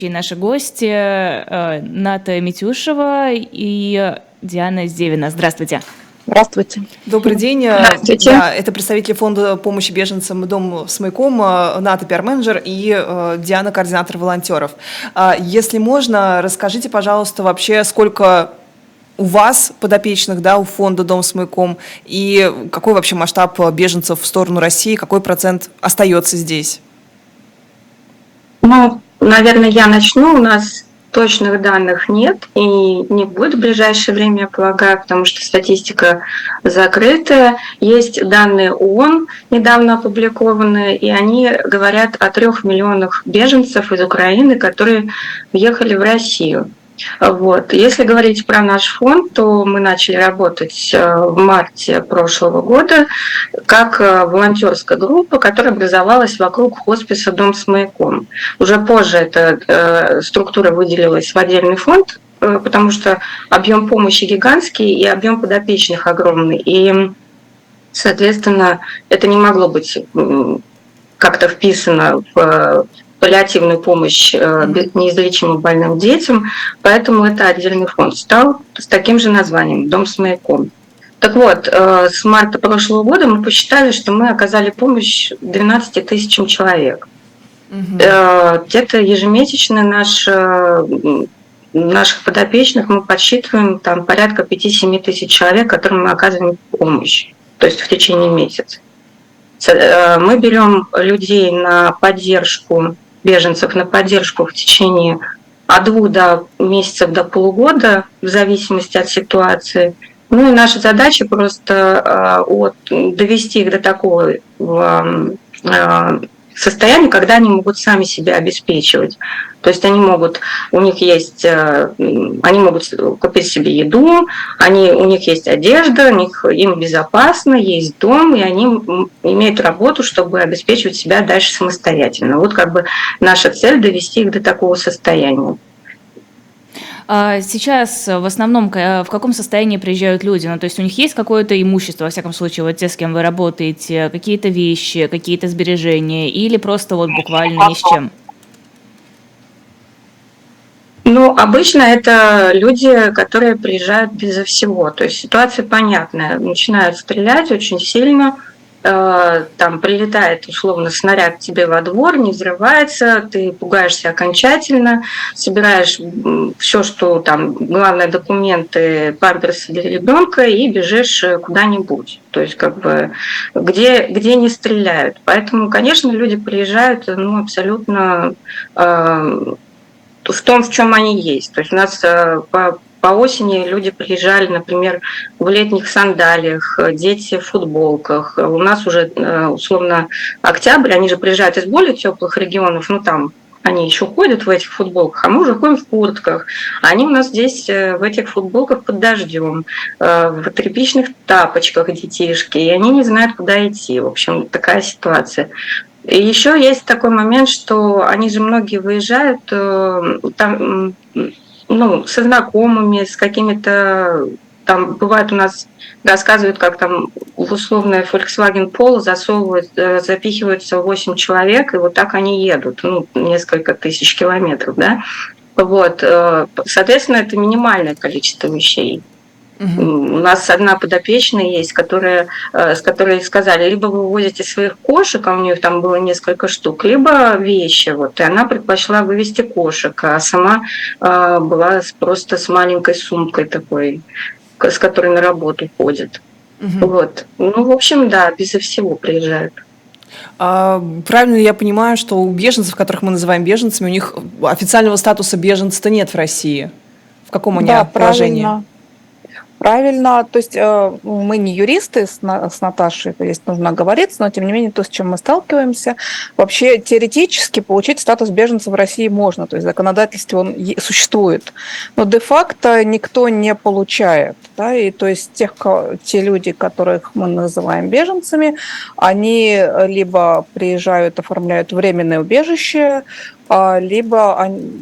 И наши гости Ната Митюшева и Диана Зевина. Здравствуйте. Здравствуйте. Добрый день. Здравствуйте. Да, это представители фонда помощи беженцам «Дом с маяком», Ната, пиар-менеджер, и Диана, координатор волонтеров. Если можно, расскажите, пожалуйста, вообще, сколько у вас подопечных, да, у фонда «Дом с маяком», и какой вообще масштаб беженцев в сторону России, какой процент остается здесь? Ну, наверное, я начну. У нас точных данных нет и не будет в ближайшее время, я полагаю, потому что статистика закрытая. Есть данные ООН, недавно опубликованные, и они говорят о 3 миллионах беженцев из Украины, которые въехали в Россию. Вот. Если говорить про наш фонд, то мы начали работать в марте прошлого года как волонтерская группа, которая образовалась вокруг хосписа «Дом с маяком». Уже позже эта структура выделилась в отдельный фонд, потому что объем помощи гигантский и объем подопечных огромный. И, соответственно, это не могло быть как-то вписано в паллиативную помощь неизлечимо больным детям, поэтому это отдельный фонд стал с таким же названием «Дом с маяком». Так вот, с марта прошлого года мы посчитали, что мы оказали помощь 12 тысячам человек. Где-то ежемесячно наших подопечных мы подсчитываем там порядка 5-7 тысяч человек, которым мы оказываем помощь, то есть в течение месяца. Мы берем людей на поддержку, беженцев на поддержку в течение от 2 месяцев до полугода, в зависимости от ситуации. Ну и наша задача просто довести их до такого состояния, когда они могут сами себя обеспечивать. То есть они могут купить себе еду, у них есть одежда, им безопасно, есть дом, и они имеют работу, чтобы обеспечивать себя дальше самостоятельно. Вот как бы наша цель — довести их до такого состояния. Сейчас в основном в каком состоянии приезжают люди? Ну, то есть у них есть какое-то имущество, во всяком случае, вот те, с кем вы работаете, какие-то вещи, какие-то сбережения, или просто вот буквально ни с чем? Ну, обычно это люди, которые приезжают безо всего. То есть ситуация понятная. Начинают стрелять очень сильно, там прилетает условно снаряд тебе во двор, не взрывается, ты пугаешься окончательно, собираешь все, что там, главное, документы, памперсы для ребенка, и бежишь куда-нибудь. То есть как бы где не стреляют. Поэтому, конечно, люди приезжают абсолютно в том, в чем они есть. То есть у нас по осени люди приезжали, например, в летних сандалиях, дети в футболках. У нас уже условно октябрь, они же приезжают из более теплых регионов, там они еще ходят в этих футболках, а мы уже ходим в куртках. Они у нас здесь в этих футболках под дождем, в тряпичных тапочках детишки, и они не знают, куда идти. В общем, такая ситуация. И еще есть такой момент, что они же многие выезжают там, со знакомыми, с какими-то, там бывает у нас рассказывают, как там в условное Volkswagen Polo запихиваются 8 человек, и вот так они едут, несколько тысяч километров, да. Вот, соответственно, это минимальное количество вещей. У нас одна подопечная есть, с которой сказали, либо вы вывозите своих кошек, а у нее там было несколько штук, либо вещи. Вот, и она предпочла вывести кошек, а сама была просто с маленькой сумкой такой, с которой на работу ходит. Вот. В общем, да, безо всего приезжают. Правильно ли я понимаю, что у беженцев, которых мы называем беженцами, у них официального статуса беженца нет в России? В каком они положении? Правильно, то есть мы не юристы с Наташей, здесь нужно оговориться, но тем не менее то, с чем мы сталкиваемся, вообще теоретически получить статус беженца в России можно, то есть в законодательстве он существует, но де-факто никто не получает, да, и то есть те люди, которых мы называем беженцами, они либо приезжают, оформляют временное убежище, либо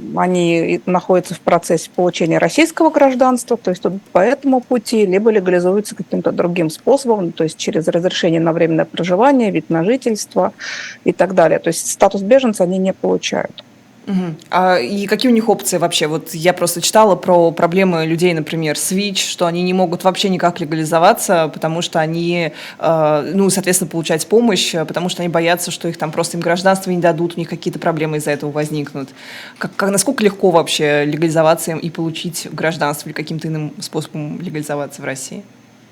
они находятся в процессе получения российского гражданства, то есть по этому пути, либо легализуются каким-то другим способом, то есть через разрешение на временное проживание, вид на жительство и так далее. То есть статус беженца они не получают. Мгм. И какие у них опции вообще? Вот я просто читала про проблемы людей, например, с ВИЧ, что они не могут вообще никак легализоваться, потому что они, ну, соответственно, получать помощь, потому что они боятся, что их там просто им гражданство не дадут, у них какие-то проблемы из-за этого возникнут. Насколько легко вообще легализоваться и получить гражданство или каким-то иным способом легализоваться в России?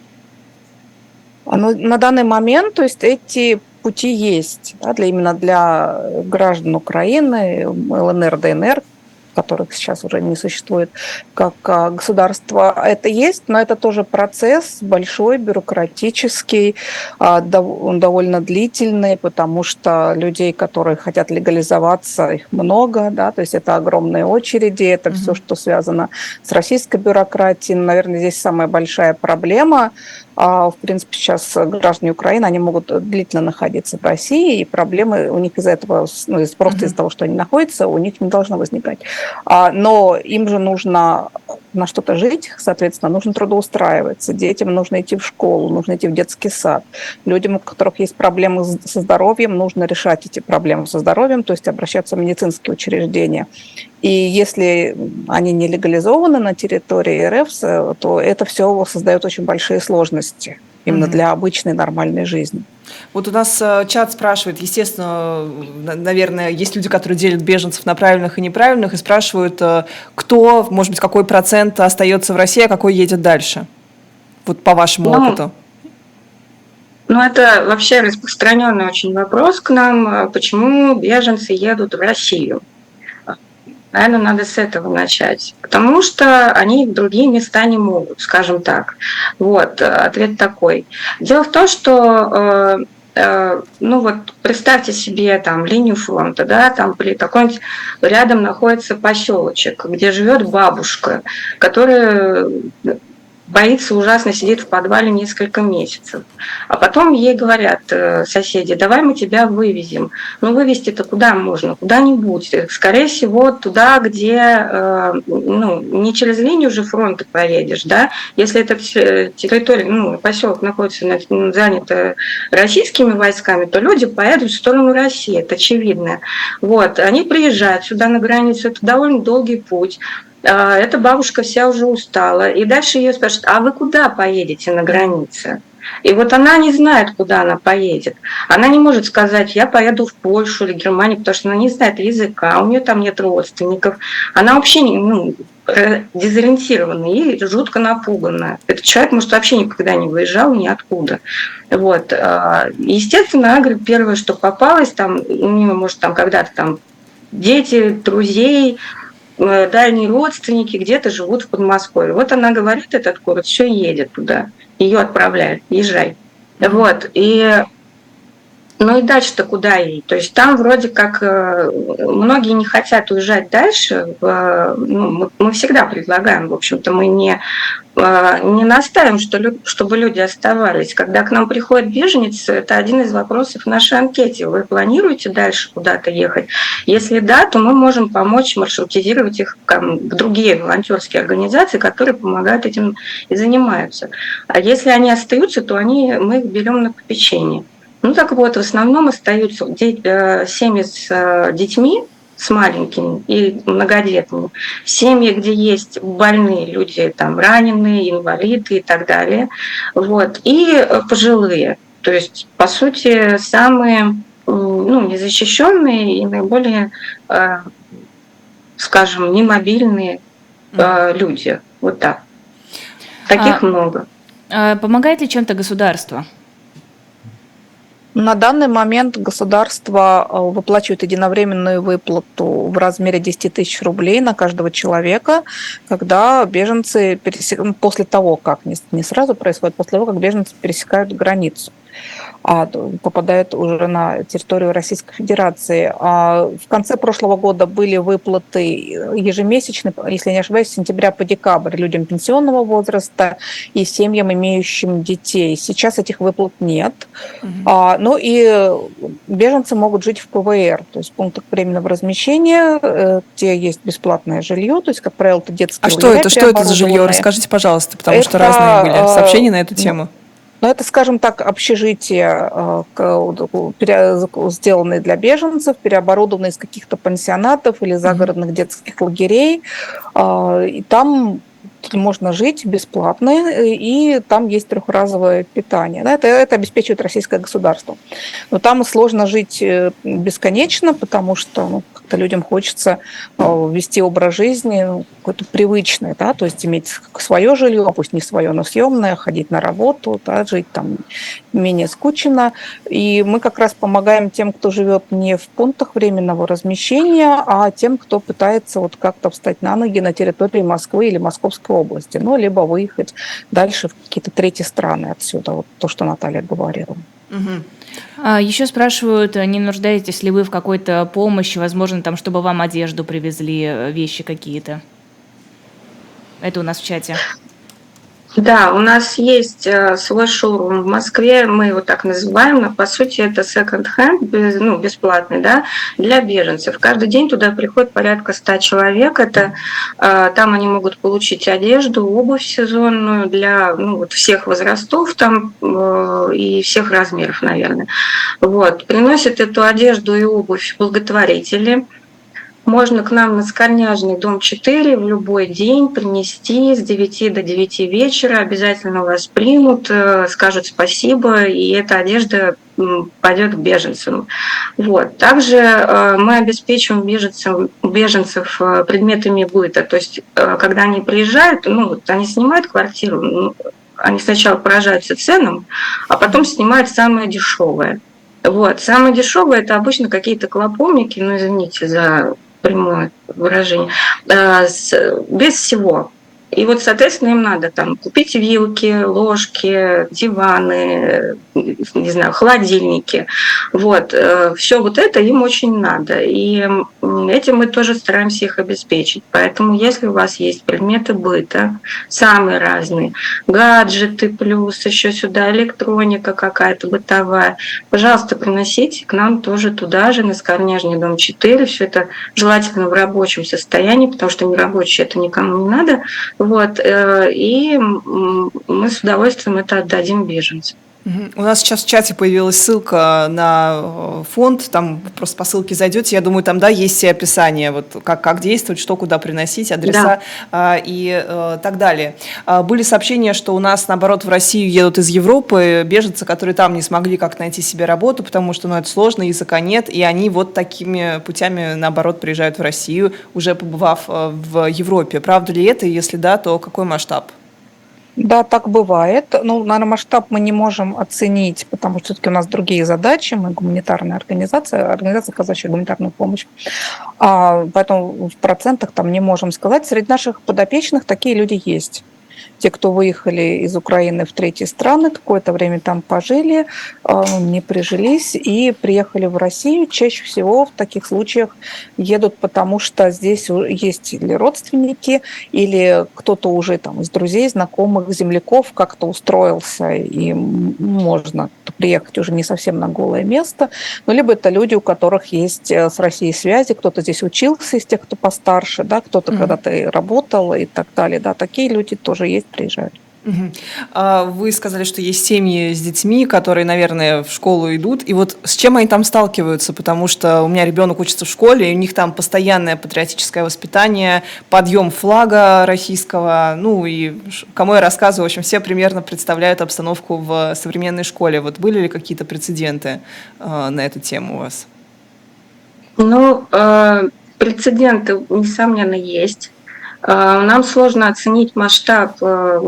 Ну, на данный момент, то есть эти пути есть, да, именно для граждан Украины, ЛНР, ДНР, которых сейчас уже не существует как государство, это есть, но это тоже процесс большой, бюрократический, он довольно длительный, потому что людей, которые хотят легализоваться, их много, да, то есть это огромные очереди, это все, что связано с российской бюрократией. Наверное, здесь самая большая проблема. В принципе, сейчас граждане Украины, они могут длительно находиться в России, и проблемы у них из-за этого, ну, просто из-за того, что они находятся, у них не должно возникать. Но им же нужно на что-то жить, соответственно, нужно трудоустраиваться, детям нужно идти в школу, нужно идти в детский сад. Людям, у которых есть проблемы со здоровьем, нужно решать эти проблемы со здоровьем, то есть обращаться в медицинские учреждения. И если они не легализованы на территории РФ, то это все создает очень большие сложности именно для обычной нормальной жизни. Вот у нас чат спрашивает, естественно, наверное, есть люди, которые делят беженцев на правильных и неправильных, и спрашивают, кто, может быть, какой процент остается в России, а какой едет дальше? Вот по вашему опыту. Ну, это вообще распространенный очень вопрос к нам, почему беженцы едут в Россию. Наверное, надо с этого начать. Потому что они в другие места не могут, скажем так. Вот, ответ такой. Дело в том, что ну вот представьте себе там линию фронта, да, там какой-нибудь рядом находится поселочек, где живет бабушка, которая боится ужасно, сидит в подвале несколько месяцев. А потом ей говорят соседи, давай мы тебя вывезем. Ну, вывезти-то куда можно? Куда-нибудь. Скорее всего, туда, где ну, не через линию же фронта поедешь, да? Если эта территория, ну, поселок находится занят российскими войсками, то люди поедут в сторону России, это очевидно. Вот. Они приезжают сюда на границу, это довольно долгий путь. Эта бабушка вся уже устала. И дальше ее спрашивают, а вы куда поедете на границе? И вот она не знает, куда она поедет. Она не может сказать, я поеду в Польшу или Германию, потому что она не знает языка, у нее там нет родственников. Она вообще дезориентирована и жутко напугана. Этот человек, может, вообще никогда не выезжал ниоткуда. Вот. Естественно, она говорит, первое, что попалось, там, у нее, может, там когда-то там дети, друзей, дальние родственники где-то живут в Подмосковье. Вот она говорит этот город, все едет туда. Ее отправляют, езжай. Вот. И ну и дальше-то куда ей? То есть там вроде как многие не хотят уезжать дальше. Ну, мы всегда предлагаем, в общем-то, мы не настаиваем, чтобы люди оставались. Когда к нам приходит беженец, это один из вопросов в нашей анкете. Вы планируете дальше куда-то ехать? Если да, то мы можем помочь маршрутизировать их в другие волонтерские организации, которые помогают этим и занимаются. А если они остаются, то мы их берем на попечение. Ну так вот, в основном остаются семьи с детьми, с маленькими и многодетными, семьи, где есть больные люди, там, раненые, инвалиды и так далее, вот, и пожилые, то есть, по сути, самые незащищенные и наиболее, скажем, немобильные люди, вот так. Таких много. Помогает ли чем-то государство? На данный момент государство выплачивает единовременную выплату в размере 10 тысяч рублей на каждого человека, когда беженцы после того, как не сразу происходит, после того, как беженцы пересекают границу, попадают уже на территорию Российской Федерации. В конце прошлого года были выплаты ежемесячные, если не ошибаюсь, с сентября по декабрь людям пенсионного возраста и семьям, имеющим детей. Сейчас этих выплат нет. Ну и беженцы могут жить в ПВР, то есть в пунктах временного размещения, где есть бесплатное жилье, то есть, как правило, это детские лагеря. Что это за жилье? Расскажите, пожалуйста, потому что разные были сообщения на эту тему. Но это, скажем так, общежития, сделанные для беженцев, переоборудованные из каких-то пансионатов или загородных детских лагерей. И там можно жить бесплатно, и там есть трехразовое питание. Да, это обеспечивает российское государство. Но там сложно жить бесконечно, потому что как-то людям хочется вести образ жизни какой-то привычный, да, то есть иметь свое жилье, пусть не свое, но съемное, ходить на работу, да, жить там менее скучно. И мы как раз помогаем тем, кто живет не в пунктах временного размещения, а тем, кто пытается вот как-то встать на ноги на территории Москвы или Московской области, ну, либо выехать дальше в какие-то третьи страны отсюда, вот то, что Наталья говорила. Еще спрашивают, не нуждаетесь ли вы в какой-то помощи, возможно, там, чтобы вам одежду привезли, вещи какие-то? Это у нас в чате. Да, у нас есть свой шоурум в Москве, мы его так называем, но по сути это second-hand, бесплатный, да, для беженцев. Каждый день туда приходит порядка 100 человек. Там они могут получить одежду, обувь сезонную для всех возрастов там, и всех размеров, наверное. Вот. Приносят эту одежду и обувь благотворители. Можно к нам на Скорняжный, дом 4 в любой день принести с 9 до 9 вечера. Обязательно вас примут, скажут спасибо, и эта одежда пойдет к беженцам. Вот. Также мы обеспечиваем беженцев предметами быта. То есть, когда они приезжают, они снимают квартиру, они сначала поражаются ценам, а потом снимают самое дешевое. Вот. Самое дешевое — это обычно какие-то клоповники, извините за прямое выражение, без всего. И вот, соответственно, им надо там купить вилки, ложки, диваны, не знаю, холодильники. Вот. Все вот это им очень надо. И этим мы тоже стараемся их обеспечить. Поэтому, если у вас есть предметы быта, самые разные, гаджеты, плюс еще сюда электроника какая-то бытовая, пожалуйста, приносите к нам тоже туда же, на Скорняжный, дом 4. Все это желательно в рабочем состоянии, потому что нерабочее это никому не надо. Вот, и мы с удовольствием это отдадим беженцам. У нас сейчас в чате появилась ссылка на фонд, там просто по ссылке зайдете, я думаю, там, да, есть все описания, вот как действовать, что куда приносить, адреса, да, и так далее. Были сообщения, что у нас, наоборот, в Россию едут из Европы беженцы, которые там не смогли как найти себе работу, потому что, это сложно, языка нет, и они вот такими путями, наоборот, приезжают в Россию, уже побывав в Европе. Правда ли это? И если да, то какой масштаб? Да, так бывает. Наверное, масштаб мы не можем оценить, потому что все-таки у нас другие задачи. Мы гуманитарная организация, оказывающая гуманитарную помощь. Поэтому в процентах там не можем сказать. Среди наших подопечных такие люди есть. Те, кто выехали из Украины в третьи страны, какое-то время там пожили, не прижились и приехали в Россию. Чаще всего в таких случаях едут, потому что здесь есть или родственники, или кто-то уже там из друзей, знакомых, земляков как-то устроился, и можно приехать уже не совсем на голое место. Либо это люди, у которых есть с Россией связи, кто-то здесь учился из тех, кто постарше, да, кто-то когда-то и работал и так далее. Да, такие люди тоже есть, приезжают. Вы сказали, что есть семьи с детьми, которые, наверное, в школу идут. И вот с чем они там сталкиваются? Потому что у меня ребенок учится в школе, и у них там постоянное патриотическое воспитание, подъем флага российского. И кому я рассказываю, в общем, все примерно представляют обстановку в современной школе. Вот были ли какие-то прецеденты на эту тему у вас? Прецеденты, несомненно, есть. Нам сложно оценить масштаб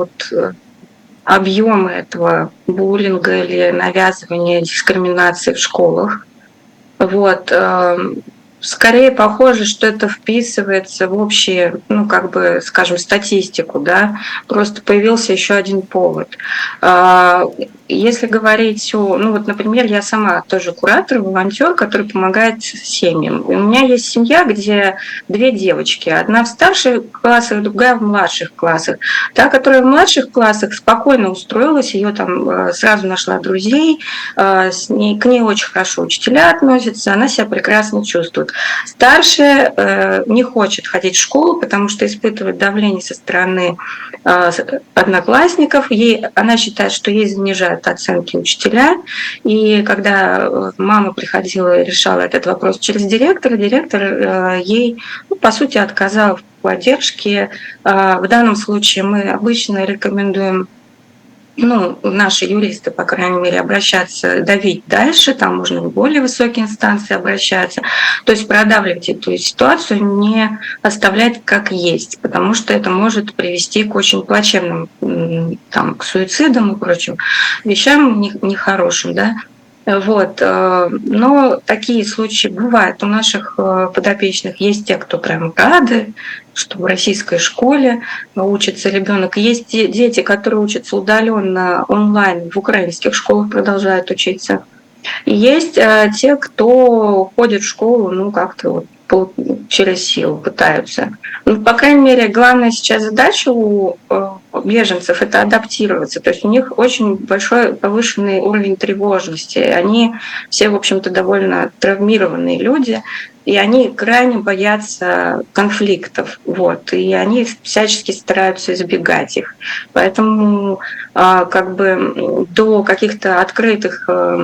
объема этого буллинга или навязывания дискриминации в школах. Вот. Скорее похоже, что это вписывается в общую, статистику, да. Просто появился еще один повод. Если говорить например, я сама тоже куратор, волонтер, который помогает семьям. У меня есть семья, где 2 девочки. Одна в старших классах, другая в младших классах. Та, которая в младших классах, спокойно устроилась, ее там сразу нашла друзей, к ней очень хорошо учителя относятся, она себя прекрасно чувствует. Старшая не хочет ходить в школу, потому что испытывает давление со стороны одноклассников. Она считает, что ей занижают ставят оценки учителя. И когда мама приходила и решала этот вопрос через директора, директор ей, ну, по сути, отказал в поддержке. В данном случае мы обычно рекомендуем, ну, наши юристы, по крайней мере, обращаться, давить дальше, там можно в более высокие инстанции обращаться, то есть продавливать эту ситуацию, не оставлять как есть, потому что это может привести к очень плачевным, там, к суицидам и прочим вещам нехорошим, да. Вот. Но такие случаи бывают. У наших подопечных есть те, кто прям рады, что в российской школе учится ребенок. Есть дети, которые учатся удаленно онлайн в украинских школах, продолжают учиться. И есть те, кто ходит в школу, ну, как-то вот через силу пытаются. Ну, по крайней мере, главная сейчас задача у беженцев — это адаптироваться. То есть у них очень большой повышенный уровень тревожности. Они все, в общем-то, довольно травмированные люди, и они крайне боятся конфликтов. Вот, и они всячески стараются избегать их. Поэтому как бы до каких-то открытых,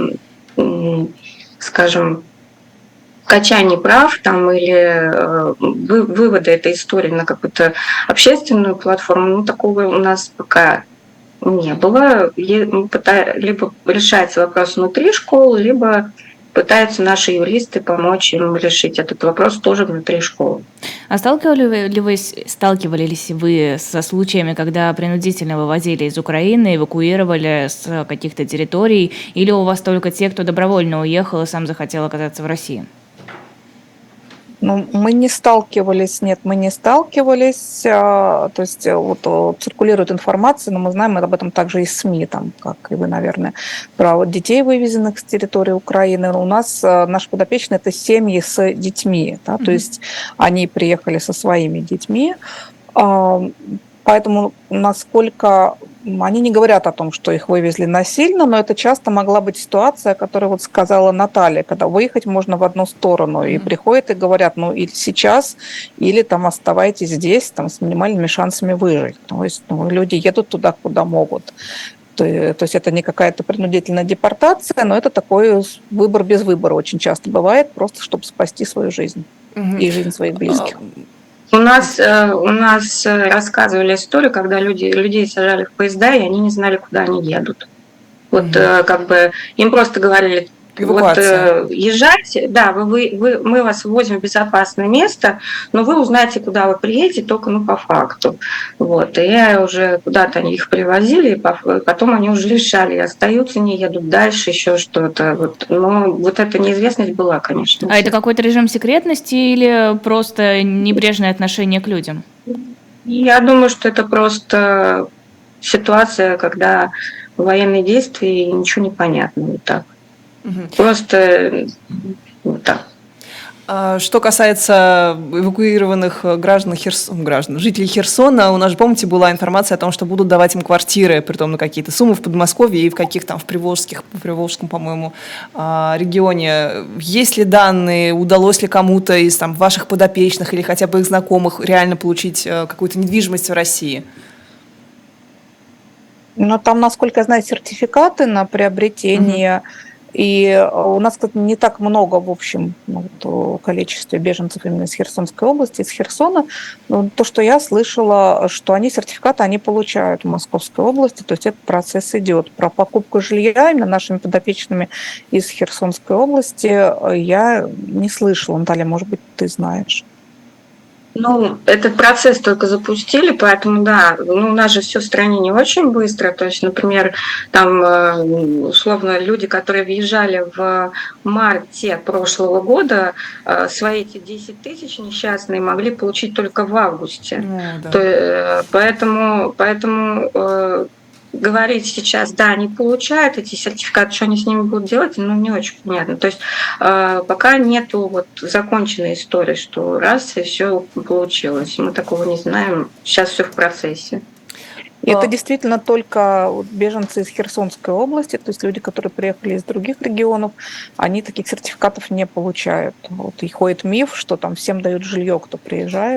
скажем, качание прав там или вывода этой истории на какую-то общественную платформу, ну, такого у нас пока не было. Либо решается вопрос внутри школы, либо пытаются наши юристы помочь им решить этот вопрос тоже внутри школы. А сталкивались вы со случаями, когда принудительно вывозили из Украины, эвакуировали с каких-то территорий, или у вас только те, кто добровольно уехал и сам захотел оказаться в России? Ну, мы не сталкивались. То есть вот циркулирует информация, но мы знаем об этом также из СМИ, там, как и вы, наверное, про вот детей, вывезенных с территории Украины. У нас наши подопечные — это семьи с детьми, да, то есть они приехали со своими детьми. Поэтому насколько они не говорят о том, что их вывезли насильно, но это часто могла быть ситуация, о которой вот сказала Наталья, когда выехать можно в одну сторону, и приходят и говорят, ну, или сейчас, или там оставайтесь здесь, там, с минимальными шансами выжить. То есть люди едут туда, куда могут. То есть это не какая-то принудительная депортация, но это такой выбор без выбора очень часто бывает, просто чтобы спасти свою жизнь и жизнь своих близких. У нас рассказывали историю, когда людей сажали в поезда, и они не знали, куда они едут. Вот как бы им просто говорили, вот езжайте, да, мы вас ввозим в безопасное место, но вы узнаете, куда вы приедете, только по факту. Вот. И уже куда-то они их привозили, и потом они уже решали, остаются, не едут дальше, еще что-то. Вот. Но вот эта неизвестность была, конечно. А это какой-то режим секретности или просто небрежное отношение к людям? Я думаю, что это просто ситуация, когда военные действия, и ничего не понятно. Вот так. Просто вот так. Что касается эвакуированных жителей Херсона, у нас же, помните, была информация о том, что будут давать им квартиры, притом на какие-то суммы в Подмосковье и в каких-то в Приволжском, по-моему, регионе. Есть ли данные, удалось ли кому-то из ваших подопечных или хотя бы их знакомых реально получить какую-то недвижимость в России? Ну, там, насколько я знаю, сертификаты на приобретение. И у нас, кстати, не так много, в общем, количестве беженцев именно из Херсонской области, из Херсона. Но то, что я слышала, что сертификаты они получают в Московской области, то есть этот процесс идет. Про покупку жилья именно нашими подопечными из Херсонской области я не слышала. Наталья, может быть, ты знаешь? Ну, этот процесс только запустили, поэтому, да, у нас же все в стране не очень быстро. То есть, например, там, условно, люди, которые въезжали в марте прошлого года, свои эти 10 тысяч несчастные могли получить только в августе. Да. Поэтому говорить сейчас, да, они получают эти сертификаты, что они с ними будут делать, не очень понятно. То есть пока нету законченной истории, что раз и все получилось. Мы такого не знаем. Сейчас все в процессе. И это действительно только беженцы из Херсонской области, то есть люди, которые приехали из других регионов, они таких сертификатов не получают. И ходит миф, что там всем дают жилье, кто приезжает.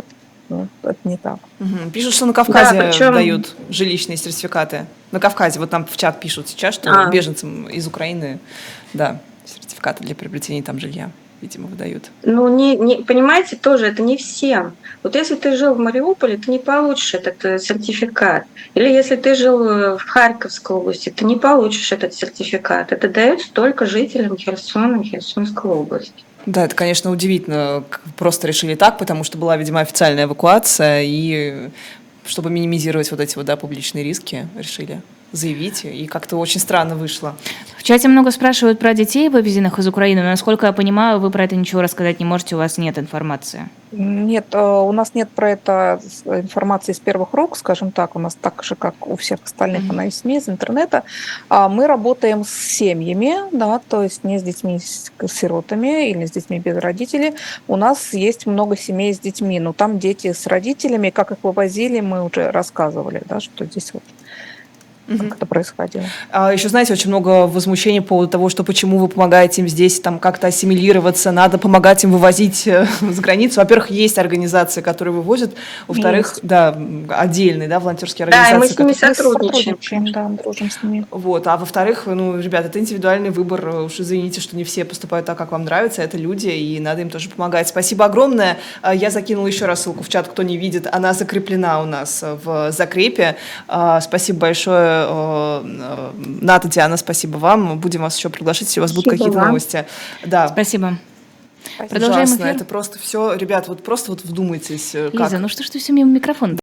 ну, это не так. Пишут, что на Кавказе причем- дают жилищные сертификаты. На Кавказе, вот нам в чат пишут сейчас, что беженцам из Украины, да, сертификаты для приобретения там жилья, видимо, выдают. Ну, понимаете, тоже это не всем. Вот если ты жил в Мариуполе, ты не получишь этот сертификат. Или если ты жил в Харьковской области, ты не получишь этот сертификат. Это дается только жителям Херсона и Херсонской области. Да, это, конечно, удивительно. Просто решили так, потому что была, видимо, официальная эвакуация, и чтобы минимизировать вот эти вот, да, публичные риски, решили заявить, и как-то очень странно вышло. В чате много спрашивают про детей, вывезенных из Украины, но, насколько я понимаю, вы про это ничего рассказать не можете, у вас нет информации. Нет, у нас нет про это информации из первых рук, скажем так, у нас так же, как у всех остальных, она из СМИ, из интернета. Мы работаем с семьями, да, то есть не с детьми, с сиротами или с детьми без родителей. У нас есть много семей с детьми, но там дети с родителями, как их вывозили, мы уже рассказывали, да, что здесь вот как это происходило. Еще, знаете, очень много возмущений по поводу того, что почему вы помогаете им здесь там как-то ассимилироваться, надо помогать им вывозить за границу. Во-первых, есть организации, которые вывозят, во-вторых, да, отдельные, да, волонтерские организации. Да, и мы с ними которые- сотрудничаем. Да, дружим с ними. Вот, а во-вторых, ну, ребят, это индивидуальный выбор, уж извините, что не все поступают так, как вам нравится, это люди, и надо им тоже помогать. Спасибо огромное. Я закинула еще раз ссылку в чат, кто не видит, она закреплена у нас в закрепе. Спасибо большое, Ната, Диана, спасибо вам. Будем вас еще приглашать, если у вас будут Спасибо какие-то вам. новости. Да. Спасибо. Продолжаем Ужасно. эфир. Это просто все, ребят, вот просто вот вдумайтесь, как Лиза, ну что ж ты все мимо микрофона?